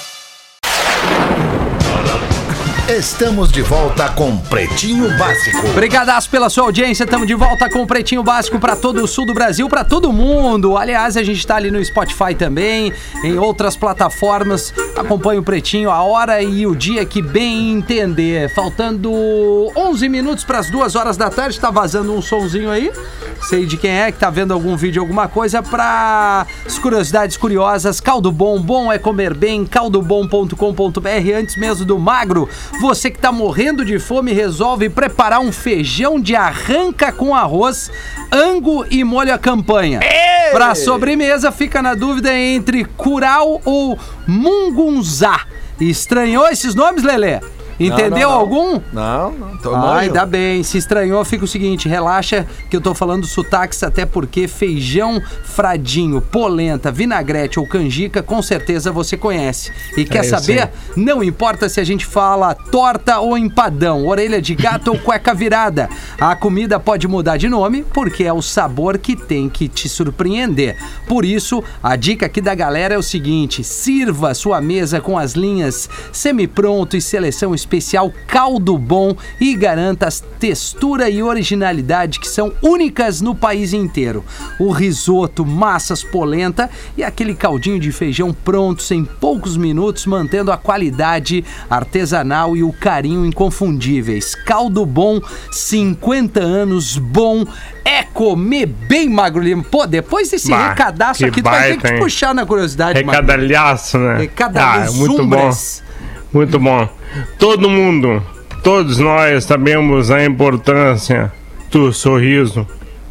Estamos de volta com Pretinho Básico. Obrigadaço pela sua audiência. Estamos de volta com o Pretinho Básico para todo o sul do Brasil, para todo mundo. Aliás, a gente está ali no Spotify também, em outras plataformas. Acompanhe o Pretinho a hora e o dia que bem entender. Faltando onze minutos para as duas horas da tarde. Está vazando um sonzinho aí. Sei de quem é que tá vendo algum vídeo, alguma coisa. Para as curiosidades curiosas, Caldo Bom, bom é comer bem, caldo bom ponto com ponto b r. Antes mesmo do magro, você que tá morrendo de fome resolve preparar um feijão de arranca com arroz, ango e molho à campanha. Pra sobremesa, fica na dúvida entre curau ou mungunzá. Estranhou esses nomes, Lelê? Entendeu Não, não, não. algum? Não, não. Tô Ai, manjo. dá bem. Se estranhou, fica o seguinte, relaxa que eu tô falando sotaques, até porque feijão fradinho, polenta, vinagrete ou canjica, com certeza você conhece. E quer isso saber? aí. Não importa se a gente fala torta ou empadão, orelha de gato ou cueca virada. A comida pode mudar de nome, porque é o sabor que tem que te surpreender. Por isso, a dica aqui da galera é o seguinte, sirva sua mesa com as linhas semi-pronto e seleção especial Caldo Bom e garanta as textura e originalidade que são únicas no país inteiro. O risoto, massas, polenta e aquele caldinho de feijão prontos em poucos minutos, mantendo a qualidade artesanal e o carinho inconfundíveis. Caldo Bom, cinquenta anos bom, é comer bem, Magro Lima. Pô, depois desse Bah, recadaço que aqui, tu vai ter baita, que te hein? puxar na curiosidade, Magro. Recadalhaço, né? Recadalhos Ah, muito bom. zumbres. Muito bom. Todo mundo, todos nós sabemos a importância do sorriso.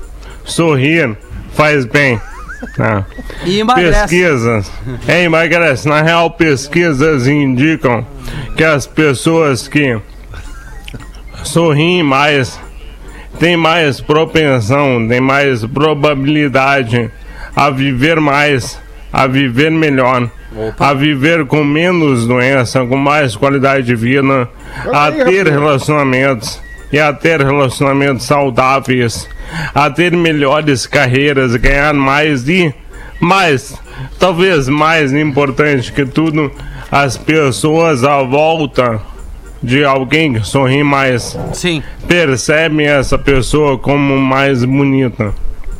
Sorrir faz bem. Né? E emagrece. Pesquisas, é, emagrece. Na real, pesquisas indicam que as pessoas que sorriem mais têm mais propensão, têm mais probabilidade a viver mais, a viver melhor. A viver com menos doença, com mais qualidade de vida, a ter relacionamentos e a ter relacionamentos saudáveis, a ter melhores carreiras, ganhar mais e mais, talvez mais importante que tudo, as pessoas à volta de alguém que sorri mais Sim. percebem essa pessoa como mais bonita.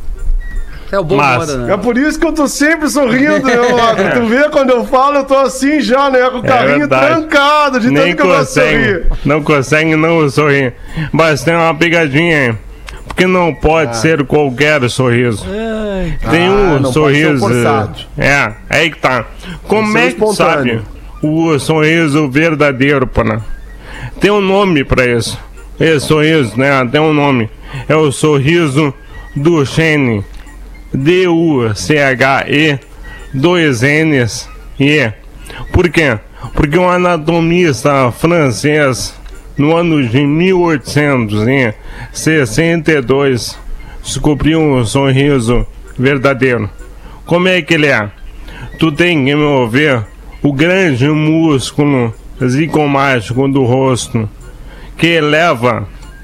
É o bom Mas- moda, né? É por isso que eu tô sempre sorrindo, né, Magro? Tu vê quando eu falo, eu tô assim já, né? Com o carrinho verdade. trancado, de Nem tanto que eu gosto de consegue, sorrir. não consegue não sorrir. Mas tem uma pegadinha aí. Porque não pode ser qualquer sorriso. Tem Ah, um não pode ser sorriso. forçado. É, aí que tá. Como ser é que tu sabe espontâneo. o sorriso verdadeiro, pana? Tem um nome pra isso. Esse sorriso, né? Tem um nome. É o sorriso do Shane. D U C H E, dois N's e E. Por quê? Porque um anatomista francês, no ano de mil oitocentos sessenta e dois, descobriu um sorriso verdadeiro. Como é que ele é? Tu tem que mover o grande músculo zigomático do rosto, que eleva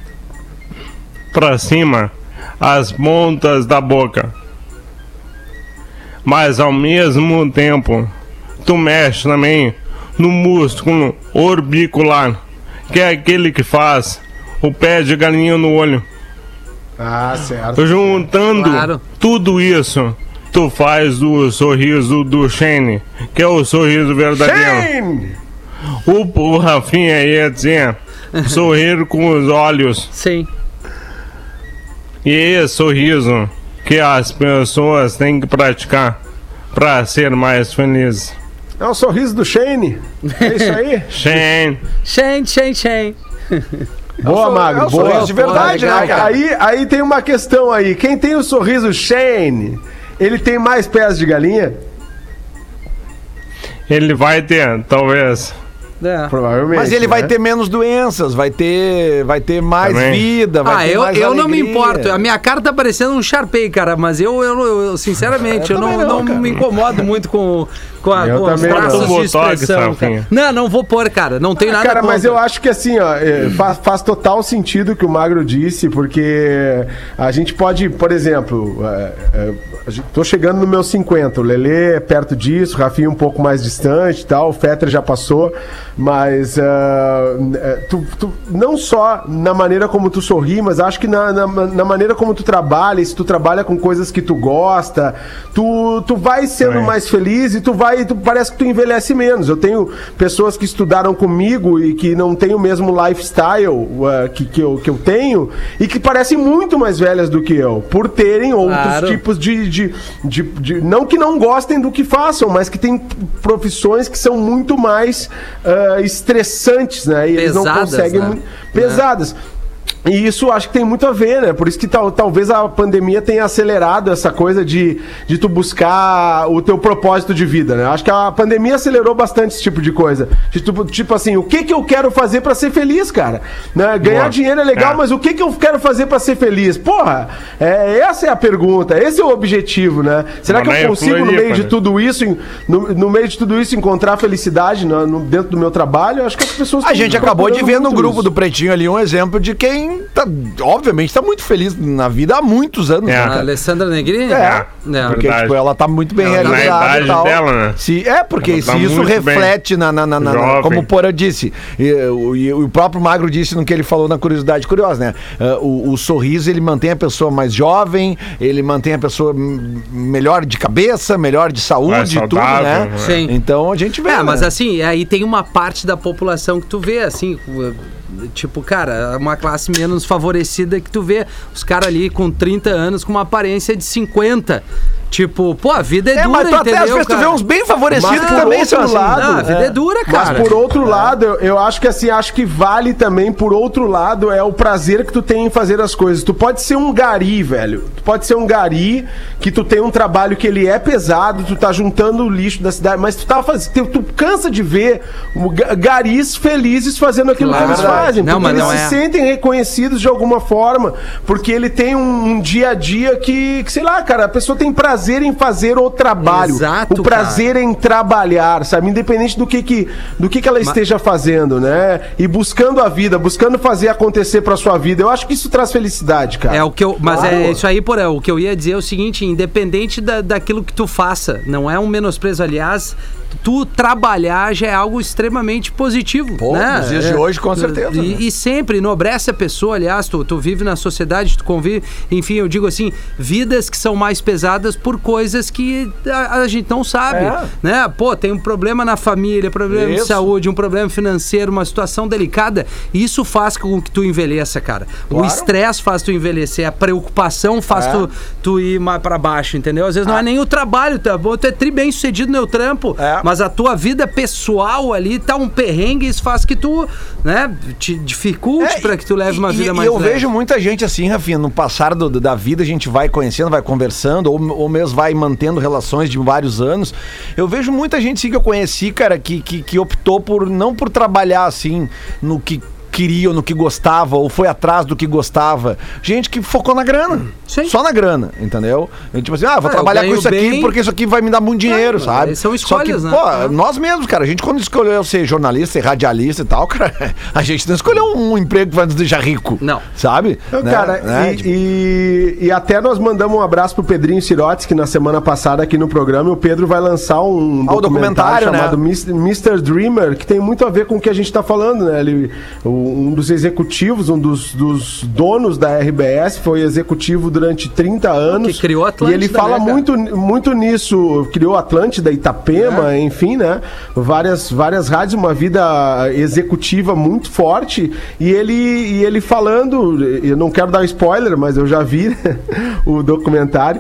para cima as pontas da boca. Mas ao mesmo tempo, tu mexe também no músculo orbicular, que é aquele que faz o pé de galinha no olho. Ah, certo. Juntando Claro. tudo isso, tu faz o sorriso do Shane, que é o sorriso verdadeiro. Shane! O, o Rafinha ia dizer, sorrir com os olhos. Sim. E esse sorriso que as pessoas têm que praticar para ser mais felizes. É o sorriso do Shane. É isso aí? Shane, Shane, Shane, Shane. Boa, É o Magro, sorriso boa. de verdade, Aí- né, cara? Aí, aí tem uma questão aí. Quem tem o sorriso Shane, ele tem mais pés de galinha? ele vai ter, talvez. É. Provavelmente. Mas ele vai né? ter menos doenças, vai ter, vai ter mais Também. vida, vai Ah, ter eu, mais eu não me alegria. importo. A minha cara tá parecendo um Sharpei, cara, mas eu, eu, eu, eu, sinceramente, eu, Eu não, também não, não, cara. me incomodo muito com, com, a, Eu com os também não. traços de Botox, expressão. Rafinha. Cara. Não, não vou pôr, cara. Não tem nada Cara, mas contra. eu acho que assim, ó, é, faz, faz total sentido o que o Magro disse, porque a gente pode, por exemplo, é, é, a gente- tô chegando no meu cinquenta, o Lelê é perto disso, o Rafinha um pouco mais distante e tal, o Fetter já passou, mas ah, é, tu, tu- não só na maneira como tu sorri, mas acho que na, na, na maneira como tu trabalha, e se tu trabalha com coisas que tu gosta, tu, tu vai sendo É. mais feliz e tu vai, tu, parece que tu envelhece menos. Eu tenho pessoas que estudaram comigo e que não têm o mesmo lifestyle uh, que, que, eu, que eu tenho e que parecem muito mais velhas do que eu, por terem outros Claro. tipos de, de, de, de- não que não gostem do que façam, mas que têm profissões que são muito mais uh, estressantes, né? E eles não Pesadas, conseguem né? mu- pesadas. E isso acho que tem muito a ver, né? Por isso que tal, talvez a pandemia tenha acelerado essa coisa de, de tu buscar o teu propósito de vida, né? Acho que a pandemia acelerou bastante esse tipo de coisa. De, tipo, tipo assim, o que que eu quero fazer pra ser feliz, cara? Né? Ganhar Boa. dinheiro é legal, É. mas o que que eu quero fazer pra ser feliz? Porra, é, essa é a pergunta, esse é o objetivo, né? Será que Mas eu é consigo, no Floripa, meio de né? tudo isso, em- no, no meio de tudo isso, encontrar felicidade no, no- dentro do meu trabalho? Acho que as pessoas A tão gente acabou de procurando ver no muito grupo isso. do Pretinho ali um exemplo de quem tá, obviamente, tá muito feliz na vida há muitos anos. É. né, A cara? Alessandra Negri? É, É. porque Verdade. tipo, ela tá muito bem Ela tá na realizada idade e tal. dela, né? Se, é, porque Ela tá se isso muito reflete na, na, na, na- Jovem. como o Porã disse, e, o, e o próprio Magro disse no que ele falou na Curiosidade Curiosa, né? Ah, o, o sorriso, ele mantém a pessoa mais jovem, ele mantém a pessoa hum, melhor de cabeça, melhor de saúde Mais e tudo, saudável, né? né? Sim. Então a gente vê, É, mas né? assim, aí tem uma parte da população que tu vê, assim, tipo, cara, uma classe menos favorecida que tu vê os caras ali com trinta anos com uma aparência de cinquenta. Tipo, pô, a vida é, É, dura, mas tu até entendeu, às vezes tu cara? vê uns bem favorecidos Mas que por também outro são assim. lado, Não, a vida é, dura, cara. Mas por outro lado, eu, eu acho que assim, acho que vale também, por outro lado, é o prazer que tu tem em fazer as coisas. Tu pode ser um gari, velho. Tu pode ser um gari que tu tem um trabalho que ele é pesado, tu tá juntando o lixo da cidade, mas tu tá fazendo. Tu cansa de ver o ga- garis felizes fazendo aquilo Claro. que eles fazem. Não, porque mas eles não se é. sentem reconhecidos de alguma forma. Porque ele tem um, um dia a dia que, que, sei lá, cara, a pessoa tem prazer em fazer o trabalho. Exato, o prazer em trabalhar, sabe? Independente do que que, do que, que ela esteja fazendo, né? E buscando a vida, buscando fazer acontecer pra sua vida. Eu acho que isso traz felicidade, cara. É o que eu, mas Claro. é isso aí, porra. O que eu ia dizer é o seguinte, independente da, daquilo que tu faça, não é um menosprezo, aliás, tu trabalhar já é algo extremamente positivo, Pô, né? nos dias de É, hoje, com certeza, E, né? e sempre enobrece a pessoa, aliás, tu, tu vive na sociedade, tu convive, enfim, eu digo assim, vidas que são mais pesadas por coisas que a, a gente não sabe, É. né? Pô, tem um problema na família, problema de Isso. saúde, um problema financeiro, uma situação delicada, isso faz com que tu envelheça, cara. O Claro. estresse faz tu envelhecer, a preocupação faz É. tu, tu ir mais pra baixo, entendeu? Às vezes não é nem o trabalho, tá bom? Tu é tri bem sucedido no teu trampo, É. mas a tua vida pessoal ali tá um perrengue, isso faz que tu, né, te dificulte É, pra que tu leve uma e- vida e mais eu leve. vejo muita gente assim, Rafinha, no passar do- da vida a gente vai conhecendo, vai conversando, ou, ou mesmo vai mantendo relações de vários anos. Eu vejo muita gente sim que eu conheci, cara, que, que, que optou por não por trabalhar assim no que queria ou no que gostava, ou foi atrás do que gostava. Gente que focou na grana. Sim. Só na grana, entendeu? Eu, tipo assim, ah, vou Ah, eu trabalhar com ganho isso aqui bem. porque isso aqui vai me dar muito dinheiro, Ah, sabe? são Só que, escolhas, né? pô, Ah. nós mesmos, cara, a gente quando escolheu ser jornalista, ser radialista e tal, cara, a gente não escolheu um emprego que vai nos deixar rico. Não. Sabe? Então, Né? cara, Né? e, Tipo, e- e até nós mandamos um abraço pro Pedrinho Sirotes, que na semana passada aqui no programa o Pedro vai lançar um Ah, o documentário, né? chamado mister Dreamer, que tem muito a ver com o que a gente tá falando, né? Ele, o- um dos executivos, um dos, dos donos da R B S, foi executivo durante trinta anos. Que criou a Atlântida, E ele fala né, cara? muito, muito nisso, criou Atlântida, Itapema, enfim, né? Várias, várias rádios, uma vida executiva muito forte. E ele, e ele falando, eu não quero dar spoiler, mas eu já vi né, o documentário,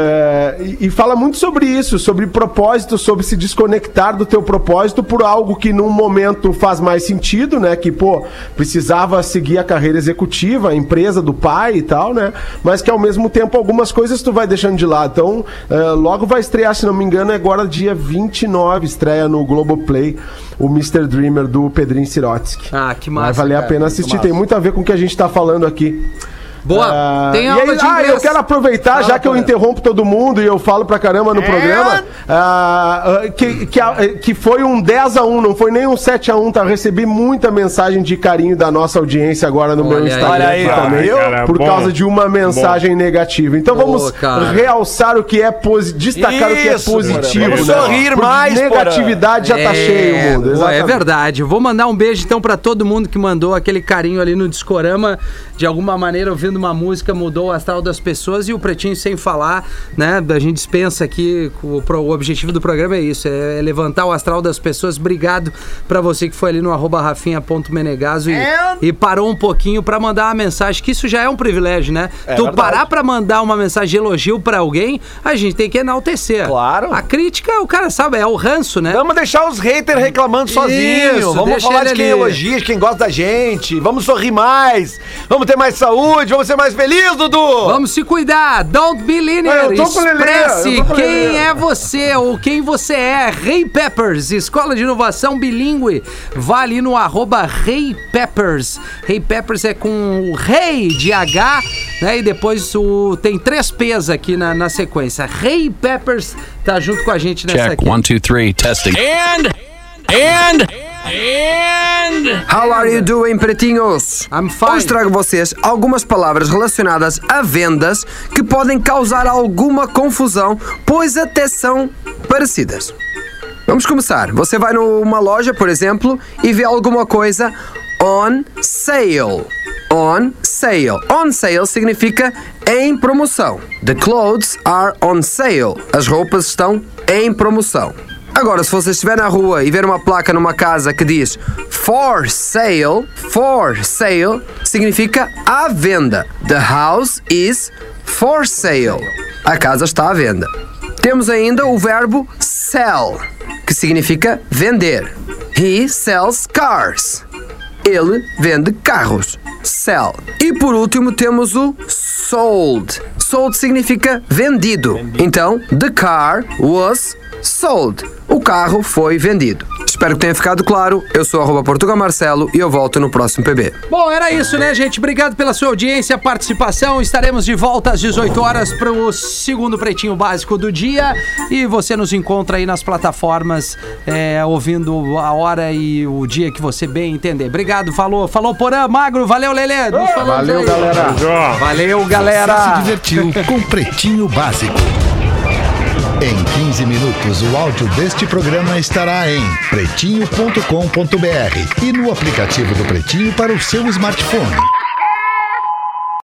é, e, e fala muito sobre isso, sobre propósito, sobre se desconectar do teu propósito por algo que num momento faz mais sentido, né? Que, pô, precisava seguir a carreira executiva, a empresa do pai e tal, né? Mas que ao mesmo tempo algumas coisas tu vai deixando de lado. Então, uh, logo vai estrear, se não me engano, é agora dia vinte e nove, estreia no Globoplay, o mister Dreamer do Pedrinho Sirotsky. Ah, que massa. Vai valer cara, a pena assistir, tem muito a ver com o que a gente tá falando aqui. Boa, Ah, tem e aula aí, de ah, inglês. eu quero aproveitar, Fala, já que eu Porã. interrompo todo mundo e eu falo pra caramba no programa, ah, ah, que, que, a- que foi um dez a um, não foi nem um sete a um, tá? Recebi muita mensagem de carinho da nossa audiência agora no Olha meu aí. Instagram Olha aí, aqui também, ó. Cara, por bom. causa de uma mensagem negativa. Então Boa, vamos cara. realçar o que é positivo, destacar o que é Isso, positivo. Porã. Vamos né? sorrir Porque mais, negatividade já tá cheio o mundo. boa, é exatamente. verdade. Eu vou mandar um beijo então pra todo mundo que mandou aquele carinho ali no Discorama. De alguma maneira, ouvindo uma música, mudou o astral das pessoas e o Pretinho sem falar, né? A gente dispensa aqui, o, pro- o objetivo do programa é isso, é, é levantar o astral das pessoas. Obrigado pra você que foi ali no arroba rafinha.menegaso e, e parou um pouquinho pra mandar uma mensagem, que isso já é um privilégio, né? tu verdade. parar pra mandar uma mensagem de elogio pra alguém, a gente tem que enaltecer. Claro. A crítica, o cara sabe, é o ranço, né? Vamos deixar os haters reclamando sozinhos. Isso, Vamos deixa falar de ele quem ali. elogia, de quem gosta da gente. Vamos sorrir mais. Vamos ter mais saúde. Vamos ser mais felizes, Dudu. Vamos se cuidar, don't be linear, Eu tô com o Lelê, expresse eu tô com o quem Lelê. é você ou quem você é. Hey Peppers, escola de inovação bilíngue, vá ali no arroba Hey Peppers. Hey Peppers é com o Rei de H, né, e depois o, tem três P's aqui na, na sequência. Hey Peppers tá junto com a gente nessa Check. aqui. One, two, three. Testing. And, and, and. How are you doing, pretinhos? I'm fine. Hoje trago vocês algumas palavras relacionadas a vendas que podem causar alguma confusão, pois até são parecidas. Vamos começar. Você vai numa loja, por exemplo, e vê alguma coisa on sale. On sale. On sale significa em promoção. The clothes are on sale. As roupas estão em promoção. Agora, se você estiver na rua e ver uma placa numa casa que diz for sale, for sale significa à venda. The house is for sale. A casa está à venda. Temos ainda o verbo sell, que significa vender. He sells cars. Ele vende carros. Sell. E por último temos o sold. Sold significa vendido. Então, the car was sold. O carro foi vendido. Espero que tenha ficado claro. Eu sou arroba Portugal Marcelo e eu volto no próximo P B. Bom, era isso, né, gente? Obrigado pela sua audiência, participação. Estaremos de volta às dezoito horas para o segundo Pretinho Básico do dia. E você nos encontra aí nas plataformas, é, ouvindo a hora e o dia que você bem entender. Obrigado, falou. Falou, Porã, Magro. Valeu, Lelê. Nos falamos Valeu, aí. galera. Jó. Valeu, galera. Se divertiu com Pretinho Básico. Em quinze minutos, o áudio deste programa estará em pretinho ponto com ponto br e no aplicativo do Pretinho para o seu smartphone.